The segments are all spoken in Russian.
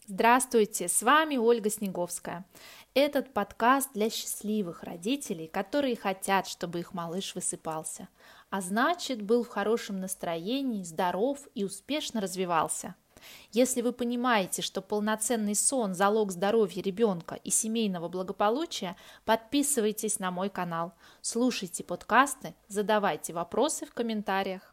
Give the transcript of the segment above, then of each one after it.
Здравствуйте, с вами Ольга Снеговская. Этот подкаст для счастливых родителей, которые хотят, чтобы их малыш высыпался, а значит, был в хорошем настроении, здоров и успешно развивался. Если вы понимаете, что полноценный сон – залог здоровья ребенка и семейного благополучия, подписывайтесь на мой канал, слушайте подкасты, задавайте вопросы в комментариях.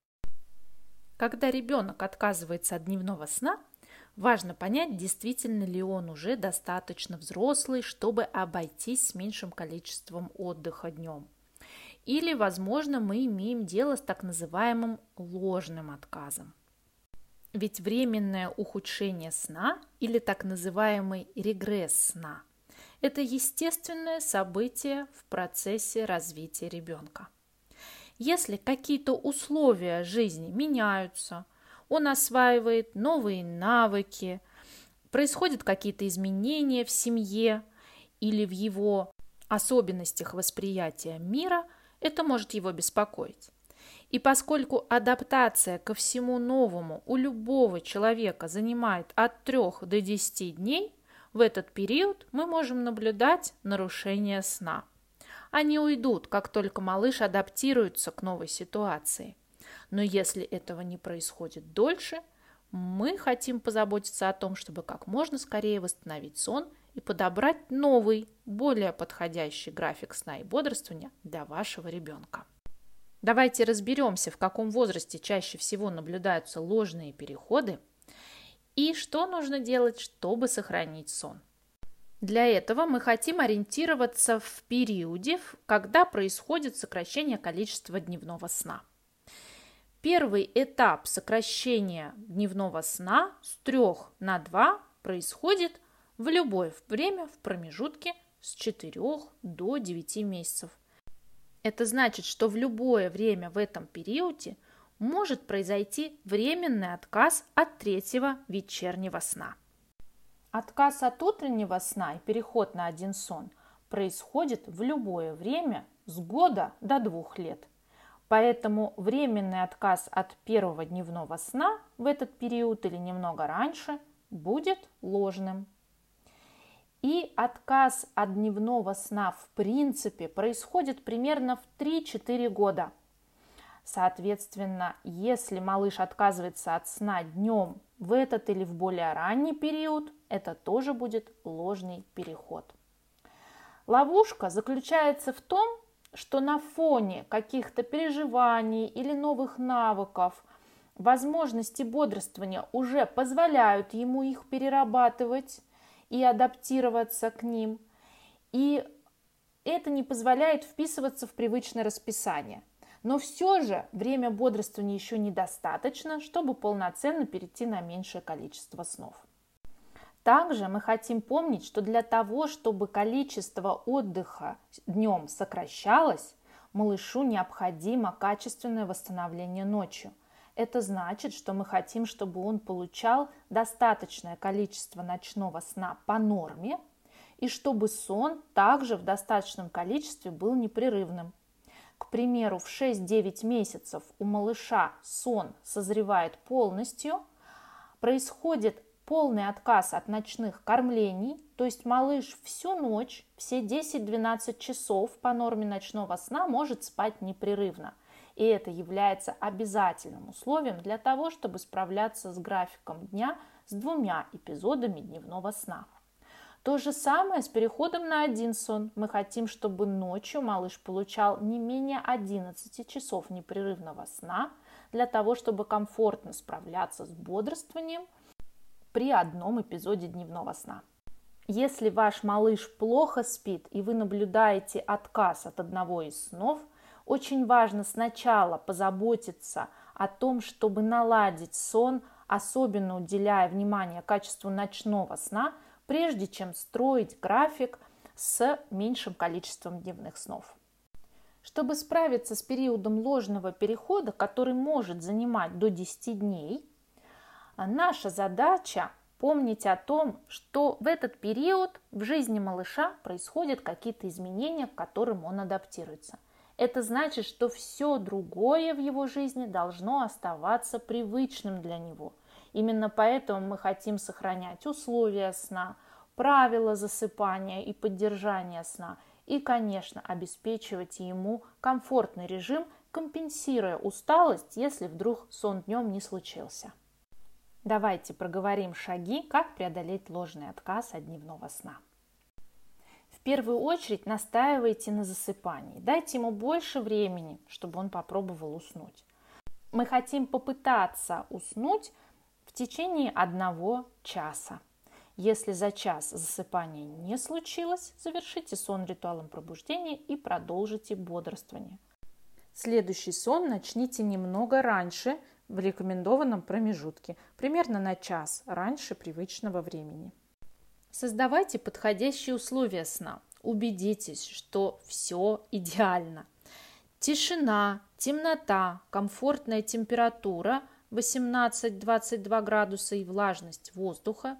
Когда ребенок отказывается от дневного сна, важно понять, действительно ли он уже достаточно взрослый, чтобы обойтись с меньшим количеством отдыха днем. Или, возможно, мы имеем дело с так называемым ложным отказом. Ведь временное ухудшение сна или так называемый регресс сна – это естественное событие в процессе развития ребенка. Если какие-то условия жизни меняются, он осваивает новые навыки, происходят какие-то изменения в семье или в его особенностях восприятия мира, это может его беспокоить. И поскольку адаптация ко всему новому у любого человека занимает от 3 до 10 дней, в этот период мы можем наблюдать нарушение сна. Они уйдут, как только малыш адаптируется к новой ситуации. Но если этого не происходит дольше, мы хотим позаботиться о том, чтобы как можно скорее восстановить сон и подобрать новый, более подходящий график сна и бодрствования для вашего ребенка. Давайте разберемся, в каком возрасте чаще всего наблюдаются ложные переходы и что нужно делать, чтобы сохранить сон. Для этого мы хотим ориентироваться в периоде, когда происходит сокращение количества дневного сна. Первый этап сокращения дневного сна с 3 на 2 происходит в любое время в промежутке с 4 до 9 месяцев. Это значит, что в любое время в этом периоде может произойти временный отказ от 3-го вечернего сна. Отказ от утреннего сна и переход на один сон происходит в любое время с года до 2 лет. Поэтому временный отказ от 1-го дневного сна в этот период или немного раньше будет ложным. И отказ от дневного сна в принципе происходит примерно в 3-4 года. Соответственно, если малыш отказывается от сна днем в этот или в более ранний период, это тоже будет ложный переход. Ловушка заключается в том, что на фоне каких-то переживаний или новых навыков возможности бодрствования уже позволяют ему их перерабатывать и адаптироваться к ним, и это не позволяет вписываться в привычное расписание. Но все же время бодрствования еще недостаточно, чтобы полноценно перейти на меньшее количество снов. Также мы хотим помнить, что для того, чтобы количество отдыха днем сокращалось, малышу необходимо качественное восстановление ночью. Это значит, что мы хотим, чтобы он получал достаточное количество ночного сна по норме и чтобы сон также в достаточном количестве был непрерывным. К примеру, в 6-9 месяцев у малыша сон созревает полностью, происходит полный отказ от ночных кормлений, то есть малыш всю ночь, все 10-12 часов по норме ночного сна может спать непрерывно. И это является обязательным условием для того, чтобы справляться с графиком дня с 2 эпизодами дневного сна. То же самое с переходом на один сон. Мы хотим, чтобы ночью малыш получал не менее 11 часов непрерывного сна для того, чтобы комфортно справляться с бодрствованием при одном эпизоде дневного сна. Если ваш малыш плохо спит и вы наблюдаете отказ от одного из снов, очень важно сначала позаботиться о том, чтобы наладить сон, особенно уделяя внимание качеству ночного сна, прежде чем строить график с меньшим количеством дневных снов. Чтобы справиться с периодом ложного перехода, который может занимать до 10 дней, наша задача помнить о том, что в этот период в жизни малыша происходят какие-то изменения, к которым он адаптируется. Это значит, что все другое в его жизни должно оставаться привычным для него. Именно поэтому мы хотим сохранять условия сна, правила засыпания и поддержания сна и, конечно, обеспечивать ему комфортный режим, компенсируя усталость, если вдруг сон днем не случился. Давайте проговорим шаги, как преодолеть ложный отказ от дневного сна. В первую очередь настаивайте на засыпании. Дайте ему больше времени, чтобы он попробовал уснуть. Мы хотим попытаться уснуть в течение 1 часа. Если за час засыпания не случилось, завершите сон ритуалом пробуждения и продолжите бодрствование. Следующий сон начните немного раньше в рекомендованном промежутке, примерно на час раньше привычного времени. Создавайте подходящие условия сна. Убедитесь, что все идеально. Тишина, темнота, комфортная температура 18-22 градуса и влажность воздуха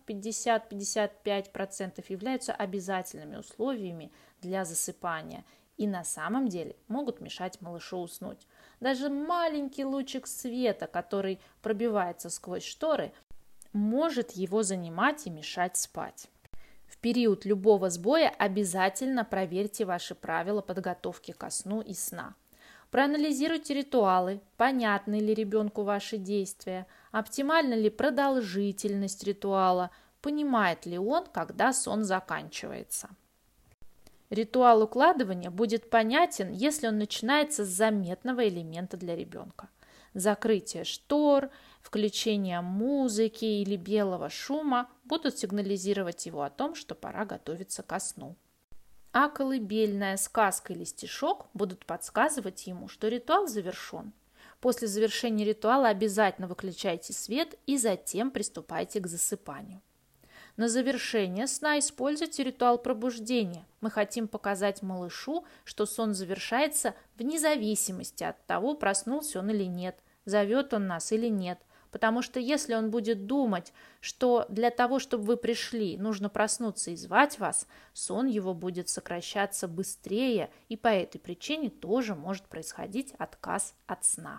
50-55% являются обязательными условиями для засыпания и на самом деле могут мешать малышу уснуть. Даже маленький лучик света, который пробивается сквозь шторы, может его занимать и мешать спать. В период любого сбоя обязательно проверьте ваши правила подготовки ко сну и сна. Проанализируйте ритуалы, понятны ли ребенку ваши действия, оптимальна ли продолжительность ритуала, понимает ли он, когда сон заканчивается. Ритуал укладывания будет понятен, если он начинается с заметного элемента для ребенка. Закрытие штор, включение музыки или белого шума будут сигнализировать его о том, что пора готовиться ко сну. А колыбельная, сказка или стишок будут подсказывать ему, что ритуал завершен. После завершения ритуала обязательно выключайте свет и затем приступайте к засыпанию. На завершение сна используйте ритуал пробуждения. Мы хотим показать малышу, что сон завершается вне зависимости от того, проснулся он или нет, зовет он нас или нет. Потому что если он будет думать, что для того, чтобы вы пришли, нужно проснуться и звать вас, сон его будет сокращаться быстрее, и по этой причине тоже может происходить отказ от сна.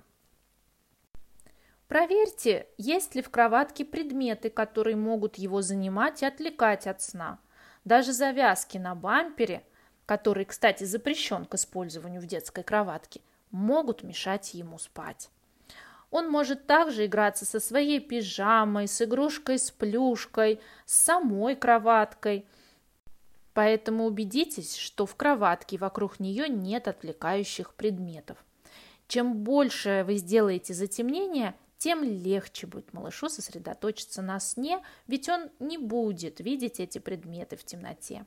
Проверьте, есть ли в кроватке предметы, которые могут его занимать и отвлекать от сна. Даже завязки на бампере, который, кстати, запрещен к использованию в детской кроватке, могут мешать ему спать. Он может также играться со своей пижамой, с игрушкой, с плюшкой, с самой кроваткой. Поэтому убедитесь, что в кроватке вокруг нее нет отвлекающих предметов. Чем больше вы сделаете затемнения, тем легче будет малышу сосредоточиться на сне, ведь он не будет видеть эти предметы в темноте.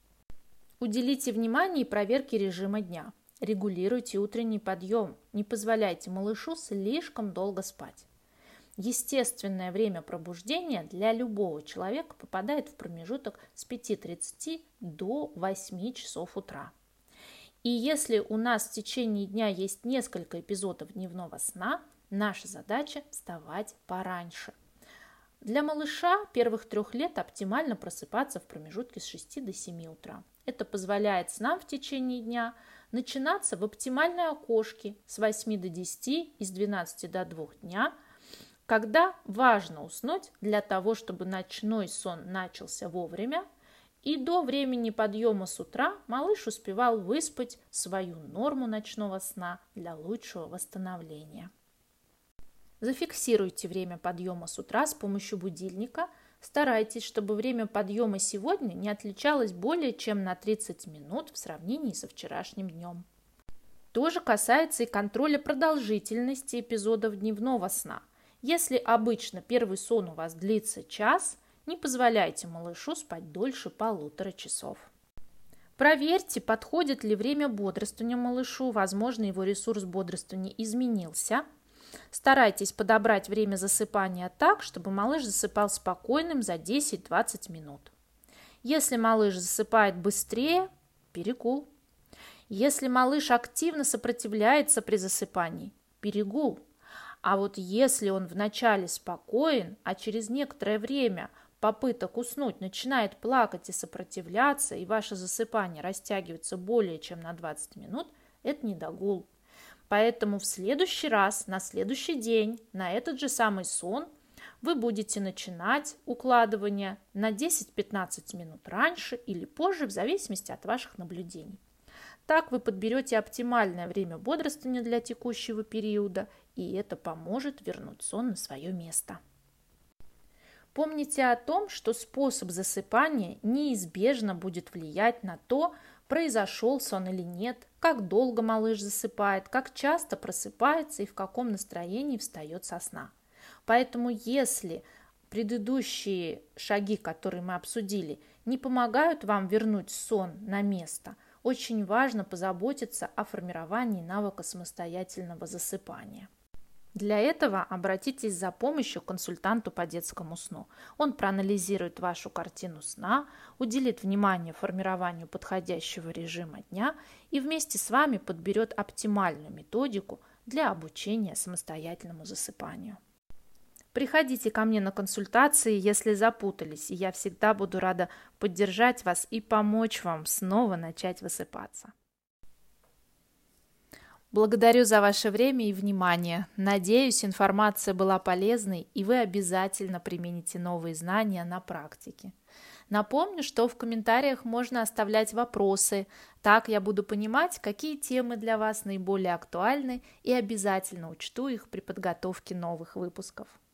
Уделите внимание и проверке режима дня. Регулируйте утренний подъем, не позволяйте малышу слишком долго спать. Естественное время пробуждения для любого человека попадает в промежуток с 5:30 до 8 часов утра. И если у нас в течение дня есть несколько эпизодов дневного сна, наша задача вставать пораньше. Для малыша первых 3 лет оптимально просыпаться в промежутке с 6 до 7 утра. Это позволяет снам в течение дня начинаться в оптимальной окошке с 8 до 10 и с 12 до 2 дня, когда важно уснуть для того, чтобы ночной сон начался вовремя, и до времени подъема с утра малыш успевал выспать свою норму ночного сна для лучшего восстановления. Зафиксируйте время подъема с утра с помощью будильника. Старайтесь, чтобы время подъема сегодня не отличалось более чем на 30 минут в сравнении со вчерашним днем. То же касается и контроля продолжительности эпизодов дневного сна. Если обычно первый сон у вас длится час, не позволяйте малышу спать дольше 1,5 часа. Проверьте, подходит ли время бодрствования малышу, возможно, его ресурс бодрствования изменился. Старайтесь подобрать время засыпания так, чтобы малыш засыпал спокойным за 10-20 минут. Если малыш засыпает быстрее, перегул. Если малыш активно сопротивляется при засыпании, перегул. А вот если он вначале спокоен, а через некоторое время попыток уснуть начинает плакать и сопротивляться, и ваше засыпание растягивается более чем на 20 минут, это недогул. Поэтому в следующий раз, на следующий день, на этот же самый сон Вы будете начинать укладывание на 10-15 минут раньше или позже, в зависимости от ваших наблюдений. Так вы подберете оптимальное время бодрствования для текущего периода, и это поможет вернуть сон на свое место. Помните о том, что способ засыпания неизбежно будет влиять на то, произошел сон или нет, как долго малыш засыпает, как часто просыпается и в каком настроении встает со сна. Поэтому если предыдущие шаги, которые мы обсудили, не помогают вам вернуть сон на место, очень важно позаботиться о формировании навыка самостоятельного засыпания. Для этого обратитесь за помощью к консультанту по детскому сну. Он проанализирует вашу картину сна, уделит внимание формированию подходящего режима дня и вместе с вами подберет оптимальную методику для обучения самостоятельному засыпанию. Приходите ко мне на консультации, если запутались, и я всегда буду рада поддержать вас и помочь вам снова начать высыпаться. Благодарю за ваше время и внимание. Надеюсь, информация была полезной, и вы обязательно примените новые знания на практике. Напомню, что в комментариях можно оставлять вопросы. Так я буду понимать, какие темы для вас наиболее актуальны, и обязательно учту их при подготовке новых выпусков.